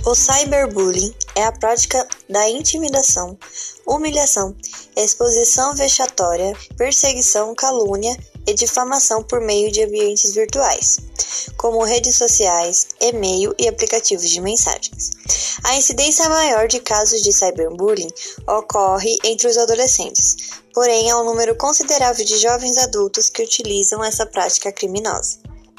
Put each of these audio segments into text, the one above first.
O cyberbullying é a prática da intimidação, humilhação, exposição vexatória, perseguição, calúnia e difamação por meio de ambientes virtuais, como redes sociais, e-mail e aplicativos de mensagens. A incidência maior de casos de cyberbullying ocorre entre os adolescentes, porém há um número considerável de jovens adultos que utilizam essa prática criminosa.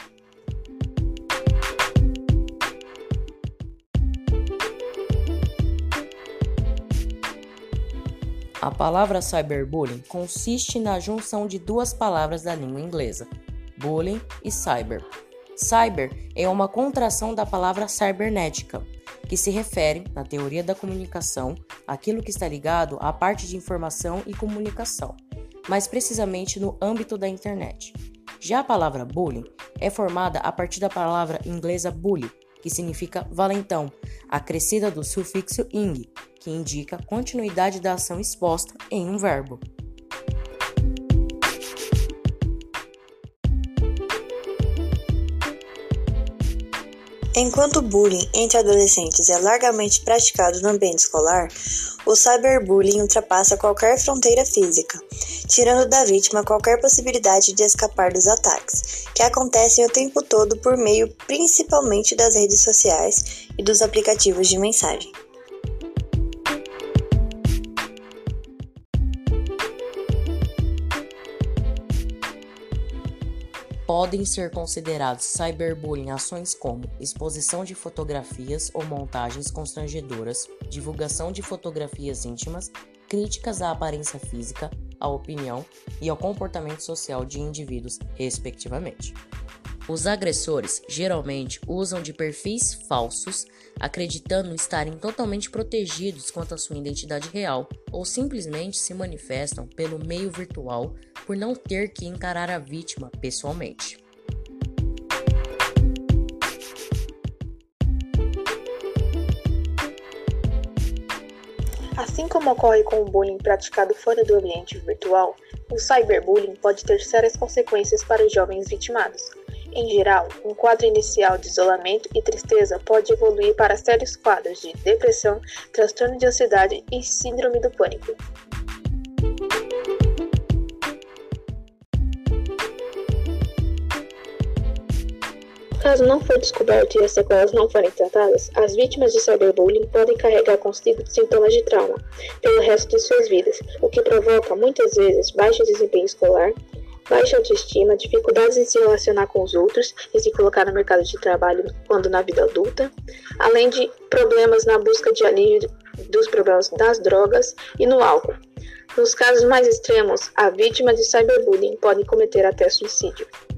A palavra cyberbullying consiste na junção de duas palavras da língua inglesa, bullying e cyber. Cyber é uma contração da palavra cibernética, que se refere, na teoria da comunicação, àquilo que está ligado à parte de informação e comunicação, mais precisamente no âmbito da internet. Já a palavra bullying é formada a partir da palavra inglesa bully, que significa valentão, acrescida do sufixo ing, que indica continuidade da ação exposta em um verbo. Enquanto o bullying entre adolescentes é largamente praticado no ambiente escolar, o cyberbullying ultrapassa qualquer fronteira física, tirando da vítima qualquer possibilidade de escapar dos ataques, que acontecem o tempo todo por meio principalmente das redes sociais e dos aplicativos de mensagem. Podem ser considerados cyberbullying ações como exposição de fotografias ou montagens constrangedoras, divulgação de fotografias íntimas, críticas à aparência física, à opinião e ao comportamento social de indivíduos, respectivamente. Os agressores geralmente usam de perfis falsos, acreditando estarem totalmente protegidos quanto à sua identidade real, ou simplesmente se manifestam pelo meio virtual por não ter que encarar a vítima pessoalmente. Assim como ocorre com o bullying praticado fora do ambiente virtual, o cyberbullying pode ter sérias consequências para os jovens vitimados. Em geral, um quadro inicial de isolamento e tristeza pode evoluir para sérios quadros de depressão, transtorno de ansiedade e síndrome do pânico. Caso não for descoberto e as sequelas não forem tratadas, as vítimas de cyberbullying podem carregar consigo sintomas de trauma pelo resto de suas vidas, o que provoca, muitas vezes, baixo desempenho escolar, baixa autoestima, dificuldades em se relacionar com os outros e se colocar no mercado de trabalho quando na vida adulta, além de problemas na busca de alívio dos problemas das drogas e no álcool. Nos casos mais extremos, a vítima de cyberbullying pode cometer até suicídio.